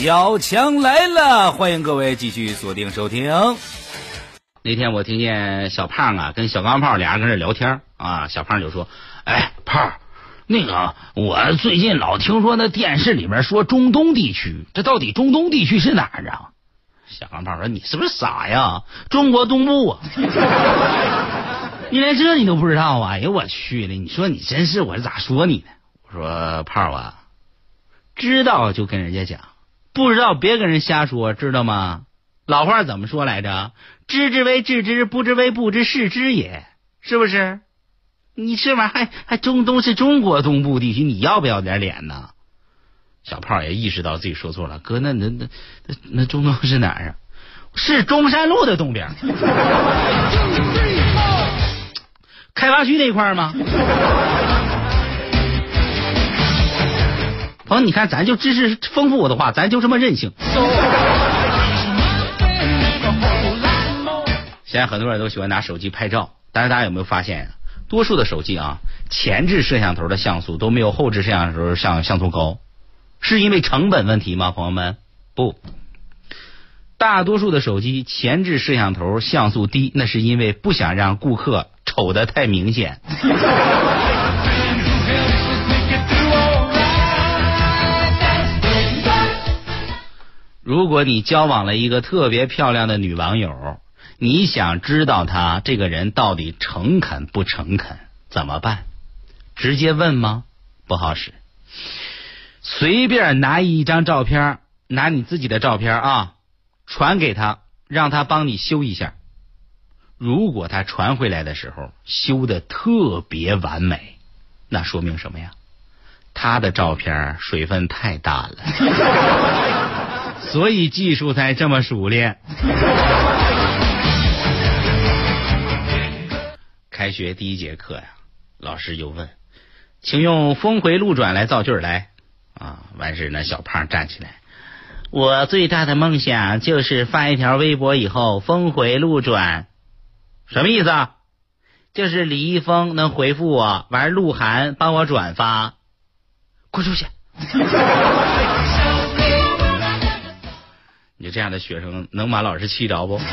小强来了，欢迎各位继续锁定收听。 那天我听见小胖啊跟小钢炮俩人跟这聊天啊，小胖就说：“哎，胖，那个我最近老听说那电视里面说中东地区，这到底中东地区是哪儿啊？”小钢炮说：“你是不是傻呀？中国东部啊！你连这你都不知道啊？哎呦我去了！你说你真是，我是咋说你呢？”我说：“炮啊，知道就跟人家讲，不知道别跟人瞎说，知道吗？老话怎么说来着？知之为知之，不知为不知，是知也，是不是？你这玩意儿还中东是中国东部地区，你要不要点脸呢？”小炮也意识到自己说错了，哥，那中东是哪儿啊？是中山路的东边，开发区那一块吗？朋友，你看，咱就知识丰富我的话，咱就这么任性。现在很多人都喜欢拿手机拍照，但是大家有没有发现，多数的手机啊，前置摄像头的像素都没有后置摄像头像素高，是因为成本问题吗？朋友们，不，大多数的手机前置摄像头像素低，那是因为不想让顾客丑得太明显。如果你交往了一个特别漂亮的女网友，你想知道她这个人到底诚恳不诚恳，怎么办？直接问吗？不好使。随便拿一张照片，拿你自己的照片啊，传给她，让她帮你修一下。如果她传回来的时候修得特别完美，那说明什么呀？她的照片水分太大了，所以技术才这么熟练。开学第一节课呀，老师就问，请用峰回路转来造句来啊。完事呢，小胖站起来，我最大的梦想就是发一条微博以后峰回路转。什么意思啊？就是李易峰能回复我，完鹿晗帮我转发。滚出去！你这样的学生能把老师气着不？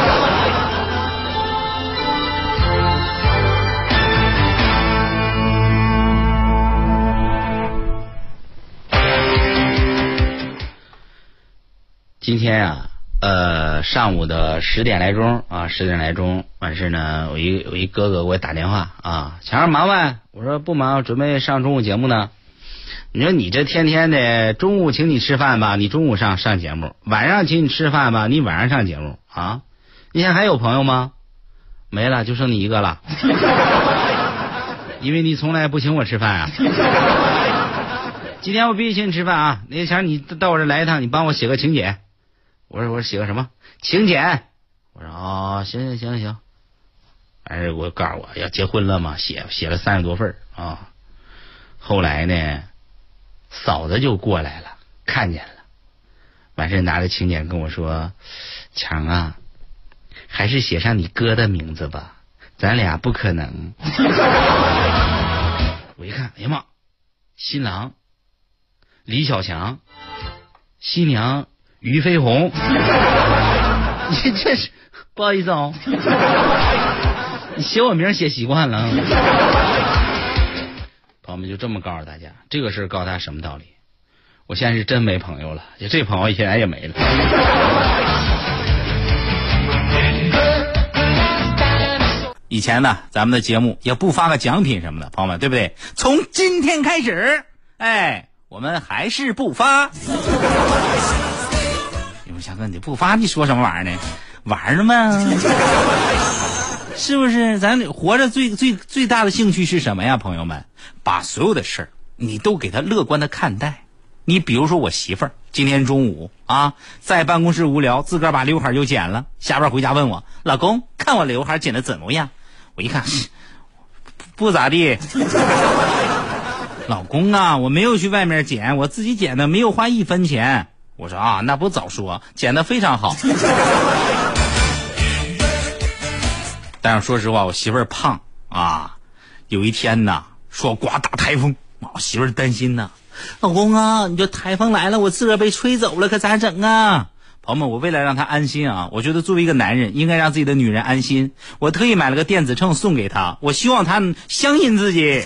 今天啊，上午的10点来钟啊，10点来钟完事呢，有一哥哥给我打电话啊，强儿忙呗？我说不忙，准备上中午节目呢。你说你这天天的，中午请你吃饭吧，你中午上节目，晚上请你吃饭吧，你晚上上节目啊？你现在还有朋友吗？没了，就剩你一个了。因为你从来不请我吃饭啊。今天我必须请你吃饭啊！那强，你到我这来一趟，你帮我写个请柬。我说写个什么请柬？我说哦，行。完事我告诉我要结婚了嘛，写了30多份啊。后来呢，嫂子就过来了，看见了，完事拿着请柬跟我说，强啊，还是写上你哥的名字吧，咱俩不可能。我一看，哎呀妈，新郎李小强，新娘俞飞鸿。你这是不好意思哦，你写我名写习惯了。朋友们就这么告诉大家，这个事告诉大家什么道理？我现在是真没朋友了，这朋友现在也没了。 以前呢，咱们的节目也不发个奖品什么的，朋友们对不对？从今天开始，我们还是不发。你说强哥，你不发你说什么玩意儿呢？玩呢吗？是不是？咱活着最大的兴趣是什么呀，朋友们？把所有的事儿你都给他乐观的看待。你比如说我媳妇儿今天中午啊，在办公室无聊，自个儿把刘海就剪了，下班回家问我，老公看我刘海剪的怎么样？我一看不咋地。老公啊，我没有去外面剪，我自己剪的，没有花1分钱。我说啊，那不早说，剪得非常好。但是说实话，我媳妇儿胖啊。有一天呢，说刮大台风，我媳妇儿担心呢， 老公啊，你这台风来了，我自个儿被吹走了，可咋整啊？朋友们，我为了让她安心啊，我觉得作为一个男人应该让自己的女人安心，我特意买了个电子秤送给她，我希望她相信自己。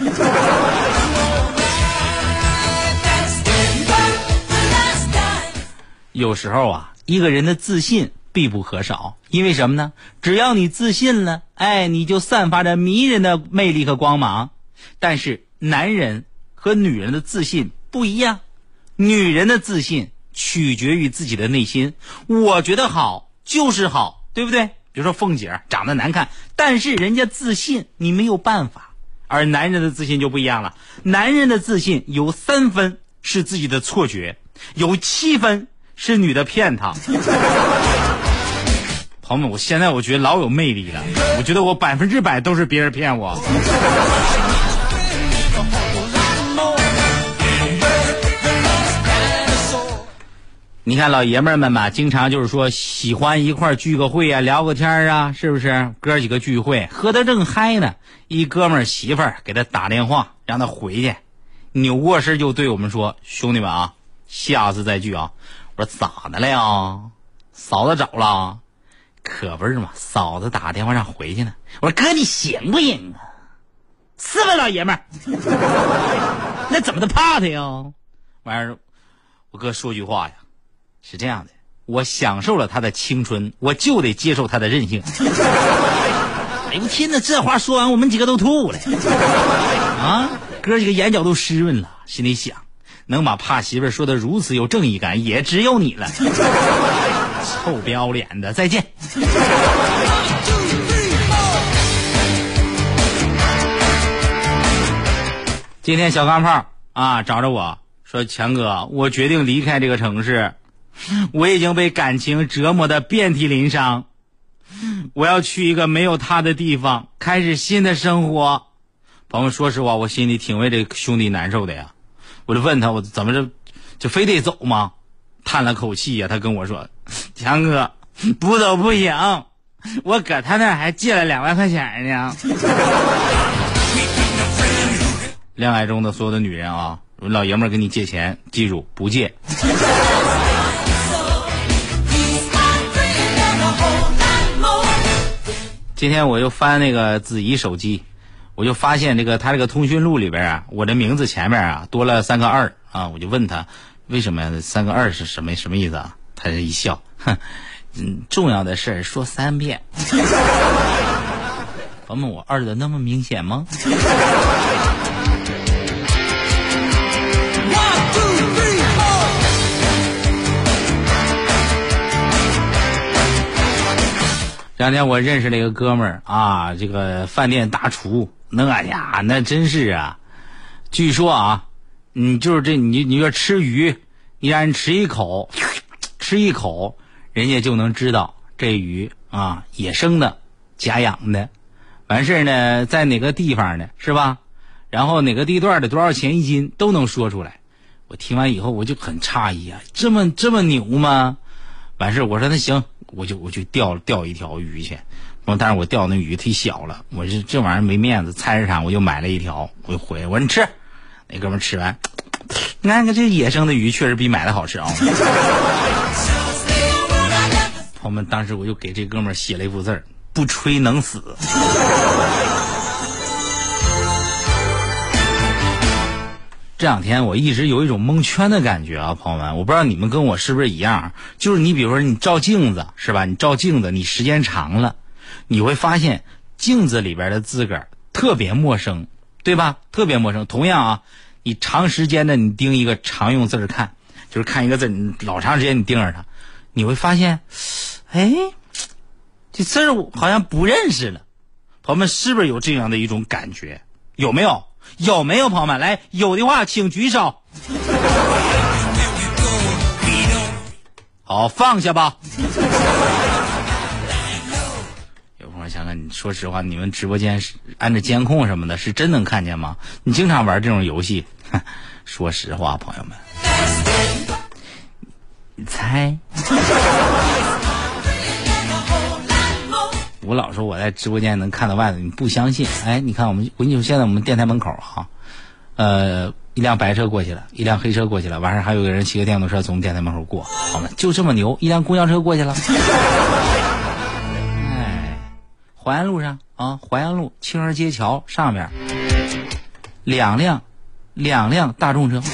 有时候啊，一个人的自信必不可少，因为什么呢？只要你自信了，你就散发着迷人的魅力和光芒。但是男人和女人的自信不一样，女人的自信取决于自己的内心，我觉得好就是好，对不对？比如说凤姐长得难看，但是人家自信，你没有办法。而男人的自信就不一样了，男人的自信有3分是自己的错觉，有7分是女的骗他。朋友们，我现在我觉得老有魅力了，我觉得我100%都是别人骗我。你看老爷们儿们吧，经常就是说喜欢一块聚个会啊，聊个天啊，是不是？哥几个聚会喝得正嗨呢，一哥们儿媳妇儿给他打电话让他回去，扭过身就对我们说：兄弟们啊，下次再聚啊。我说咋的了呀？嫂子找了？可不是嘛，嫂子打电话让回去呢。我说哥你行不行啊？是吧老爷们儿？那怎么的怕他呀？完事儿我哥说句话呀，是这样的，我享受了他的青春，我就得接受他的任性。哎呦天哪，这话说完我们几个都吐了啊！哥几个眼角都湿润了，心里想，能把怕媳妇说的如此有正义感也只有你了。臭不要脸的，再见。今天小钢炮啊找着我说，强哥，我决定离开这个城市，我已经被感情折磨得遍体鳞伤，我要去一个没有他的地方，开始新的生活。朋友们，说实话，我心里挺为这兄弟难受的呀。我就问他，我怎么就非得走吗？叹了口气呀，他跟我说，强哥，不走不行，我搁他那儿还借了2万块钱呢。恋爱中的所有的女人啊，老爷们儿跟你借钱，记住不借。今天我又翻那个子怡手机，我就发现他这个通讯录里边啊，我的名字前面啊多了3个2啊，我就问他为什么呀？3个2是什么意思啊？他一笑，哼，重要的事说3遍。朋友们，我2的那么明显吗？这两天我认识了一个哥们儿啊，这个饭店大厨，那真是啊，据说啊，你就是你要吃鱼，你让人吃一口，人家就能知道这鱼啊野生的假养的，完事呢在哪个地方的是吧？然后哪个地段的多少钱1斤都能说出来。我听完以后我就很诧异啊，这么牛吗？完事我说那行，我就钓一条鱼去，但是我钓那鱼忒小了，我这玩意儿没面子，菜市场我就买了一条，我就回，我说你吃，那哥们吃完，你看这野生的鱼确实比买的好吃啊。朋友们，当时我就给这哥们写了一幅字儿，不吹能死。这2天我一直有一种蒙圈的感觉啊，朋友们，我不知道你们跟我是不是一样，就是你比如说你照镜子是吧？你照镜子，你时间长了，你会发现镜子里边的自个儿特别陌生，对吧？特别陌生。同样啊，你长时间的你盯一个常用字看，就是看一个字，你老长时间你盯着它，你会发现，这字我好像不认识了。朋友们，是不是有这样的一种感觉？有没有？有没有朋友们？来，有的话请举手。好，放下吧。有朋友想想，你说实话，你们直播间是按着监控什么的，是真能看见吗？你经常玩这种游戏，说实话，朋友们，你猜？我老说我在直播间能看到外头，你不相信？哎，你看我跟你说，现在我们电台门口哈， 一辆白车过去了，一辆黑车过去了，晚上还有个人骑个电动车从电台门口过，好吗？就这么牛，一辆公交车过去了。哎，淮安路上啊，淮安路青儿街桥上面，两辆大众车，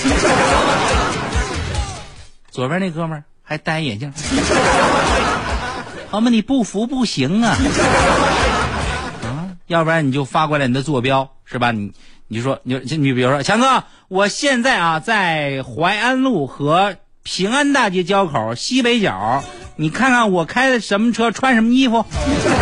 左边那哥们儿还戴眼镜。好嘛，你不服不行啊！要不然你就发过来你的坐标，是吧？你就说你比如说，强哥，我现在啊在淮安路和平安大街交口西北角，你看看我开的什么车，穿什么衣服。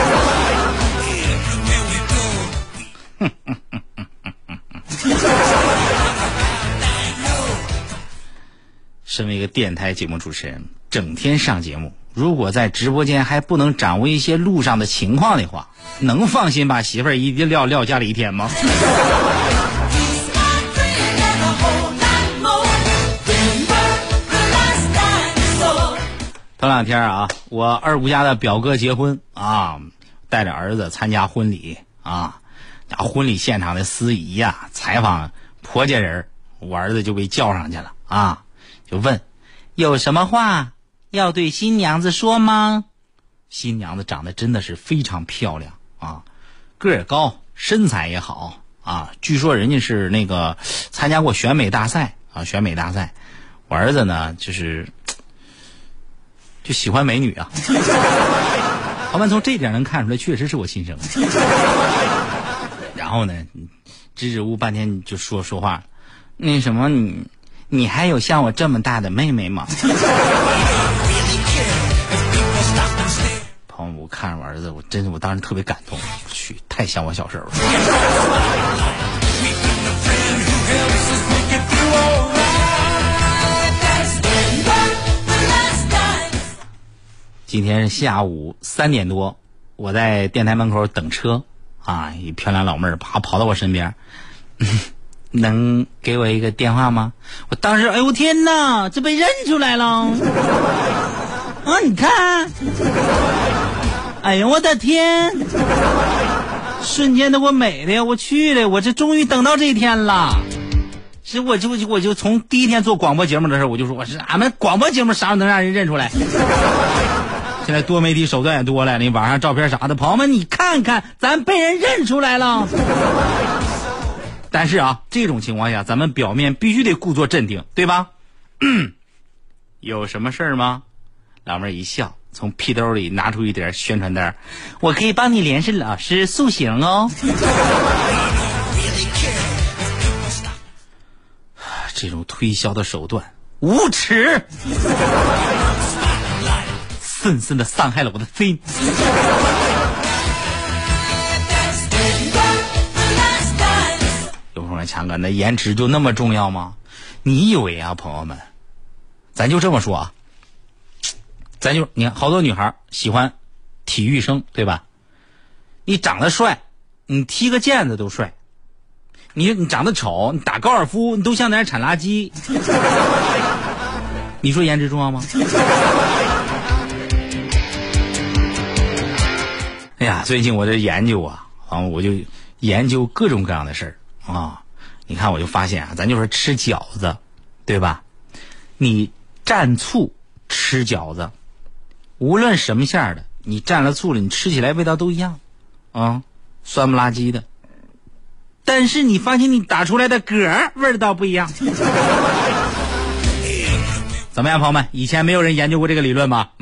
身为一个电台节目主持人，整天上节目，如果在直播间还不能掌握一些路上的情况的话，能放心把媳妇儿一定撂家里一天吗？头两天啊，我二姑家的表哥结婚啊，带着儿子参加婚礼啊，婚礼现场的司仪呀，采访婆家人，我儿子就被叫上去了啊，就问有什么话要对新娘子说吗？新娘子长得真的是非常漂亮啊，个儿高，身材也好啊，据说人家是那个参加过选美大赛啊，选美大赛。我儿子呢就喜欢美女啊。好吧，从这点能看出来，确实是我亲生的。然后呢，支支吾吾半天就说话，那什么你还有像我这么大的妹妹吗？朋友，我看着我儿子，我当时特别感动，去太像我小时候了。今天是下午3点多，我在电台门口等车啊，一漂亮老妹儿跑到我身边，能给我一个电话吗？我当时哎呦天哪，这被认出来了啊！你看，哎呦我的天，瞬间的我美的我去了，我这终于等到这一天了。是我就从第一天做广播节目的时候，我就说我是俺们广播节目啥能让人认出来。现在多媒体手段也多了，你网上照片啥的，朋友们你看看，咱被人认出来了。但是啊，这种情况下咱们表面必须得故作镇定，对吧？有什么事儿吗？老妹儿一笑，从屁兜里拿出一点宣传单，我可以帮你联系老师塑形哦。这种推销的手段无耻，深深的伤害了我的心。有朋友说强哥，那颜值就那么重要吗？你以为啊，朋友们，咱就这么说啊，你看好多女孩喜欢体育生，对吧？你长得帅，你踢个毽子都帅。你长得丑，你打高尔夫你都像在那铲垃圾。你说颜值重要吗？哎呀，最近我这研究啊，我就研究各种各样的事儿啊。你看，我就发现啊，咱就说吃饺子，对吧？你蘸醋吃饺子，无论什么馅儿的，你蘸了醋了，你吃起来味道都一样啊，酸不拉几的。但是你发现你打出来的嗝味道不一样。怎么样，朋友们？以前没有人研究过这个理论吧？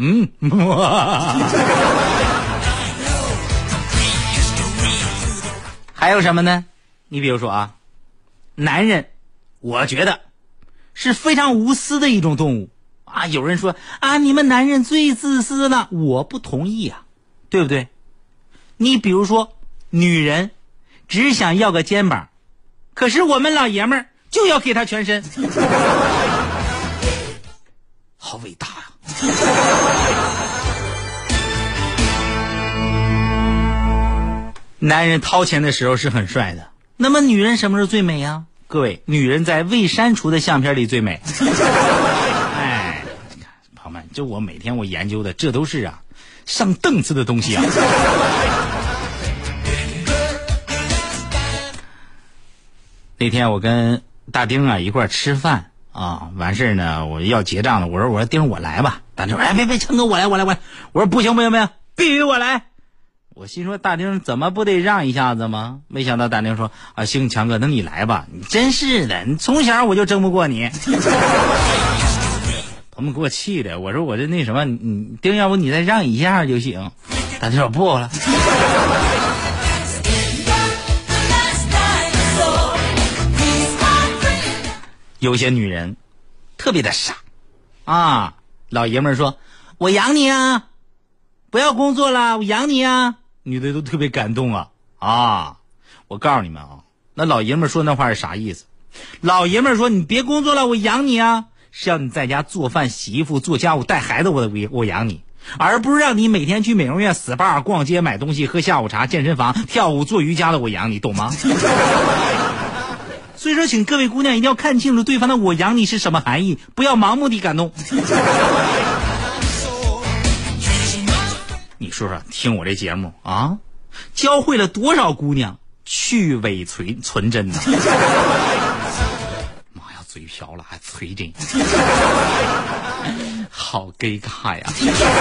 还有什么呢？你比如说啊，男人，我觉得是非常无私的一种动物啊。有人说啊，你们男人最自私了，我不同意啊，对不对？你比如说，女人只想要个肩膀，可是我们老爷们儿就要给他全身，好伟大呀！男人掏钱的时候是很帅的，那么女人什么时候最美啊？各位，女人在未删除的相片里最美。哎，朋友们，就我每天我研究的，这都是啊上档次的东西啊。那天我跟大丁啊一块吃饭啊，完事呢我要结账了，我说丁我来吧，大丁说别陈哥我来，我说不行，必须我来。我心说大丁怎么不得让一下子吗？没想到大丁说行强哥那你来吧，你真是的，你从小我就争不过你。他们给我气的，我说我这那什么，你丁要不你再让一下就行。大丁说不了。有些女人特别的傻啊，老爷们儿说我养你啊，不要工作了，我养你啊，女的都特别感动啊。我告诉你们啊，那老爷们儿说那话是啥意思？老爷们儿说你别工作了，我养你啊，是要你在家做饭洗衣服做家务带孩子，我养你，而不是让你每天去美容院 SPA 逛街买东西喝下午茶健身房跳舞做瑜伽的我养你，懂吗？所以说请各位姑娘一定要看清楚对方的我养你是什么含义，不要盲目的感动。你说说听我这节目啊，教会了多少姑娘去伪存真呢？妈呀，嘴瓢了还催真，好尴尬呀。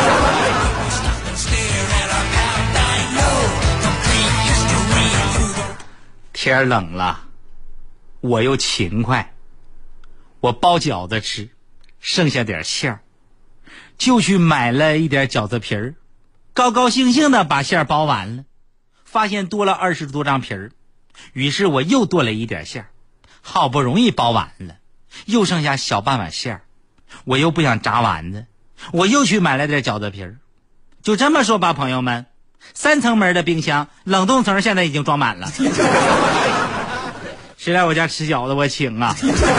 天冷了，我又勤快，我包饺子吃，剩下点馅儿，就去买了一点饺子皮儿，高高兴兴的把馅儿包完了，发现多了20多张皮儿，于是我又多了一点馅儿，好不容易包完了，又剩下小半碗馅儿，我又不想炸丸子，我又去买了点饺子皮儿。就这么说吧，朋友们，3层门的冰箱冷冻层现在已经装满了。谁来我家吃饺子我请啊。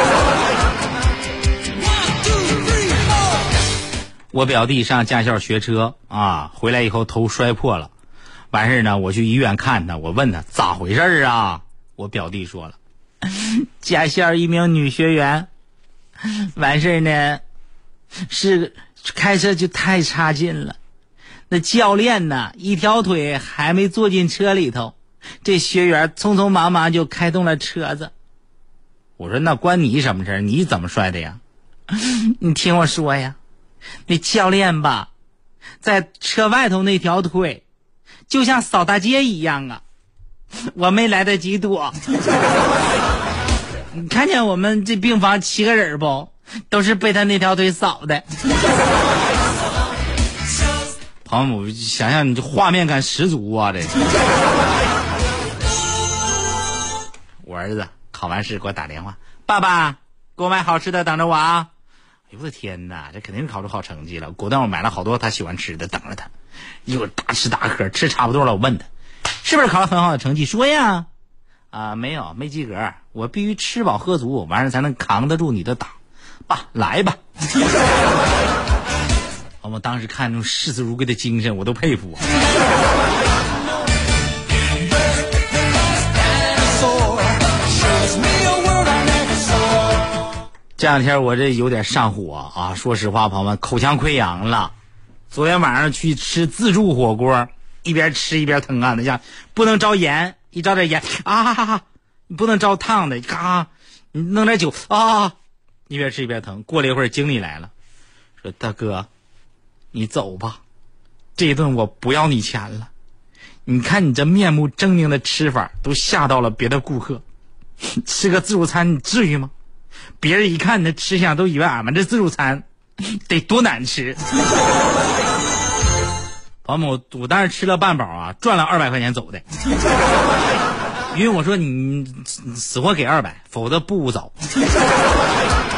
我表弟上驾校学车啊，回来以后头摔破了，完事呢我去医院看他，我问他咋回事啊？我表弟说了，驾校一名女学员完事呢是开车就太差劲了，那教练呢一条腿还没坐进车里头，这学员匆匆忙忙就开动了车子。我说那关你什么事？你怎么摔的呀？你听我说呀，那教练吧在车外头那条腿就像扫大街一样啊，我没来得及躲。你看见我们这病房7个人不都是被他那条腿扫的。朋友们想想你这画面感十足啊，这我儿子考完试给我打电话，爸爸给我买好吃的等着我啊。哎呦我的天哪，这肯定是考出好成绩了，果断我买了好多他喜欢吃的等着他，一会儿大吃大喝，吃差不多了我问他是不是考了很好的成绩，说呀没及格，我必须吃饱喝足，完事才能扛得住你的打。爸来吧。我当时看那种视死如归的精神我都佩服。这两天我这有点上火啊，说实话朋友们，口腔溃疡了。昨天晚上去吃自助火锅，一边吃一边疼啊，那家不能招盐，一招点盐你不能招烫的，你弄点酒一边吃一边疼。过了一会儿经理来了，说大哥你走吧，这一顿我不要你钱了，你看你这面目狰狞的吃法都吓到了别的顾客，吃个自助餐你至于吗？别人一看你的吃相都以为俺们这自助餐得多难吃。朋友们，我当时吃了半饱啊，赚了200块钱走的。因为我说你死活给200，否则不走。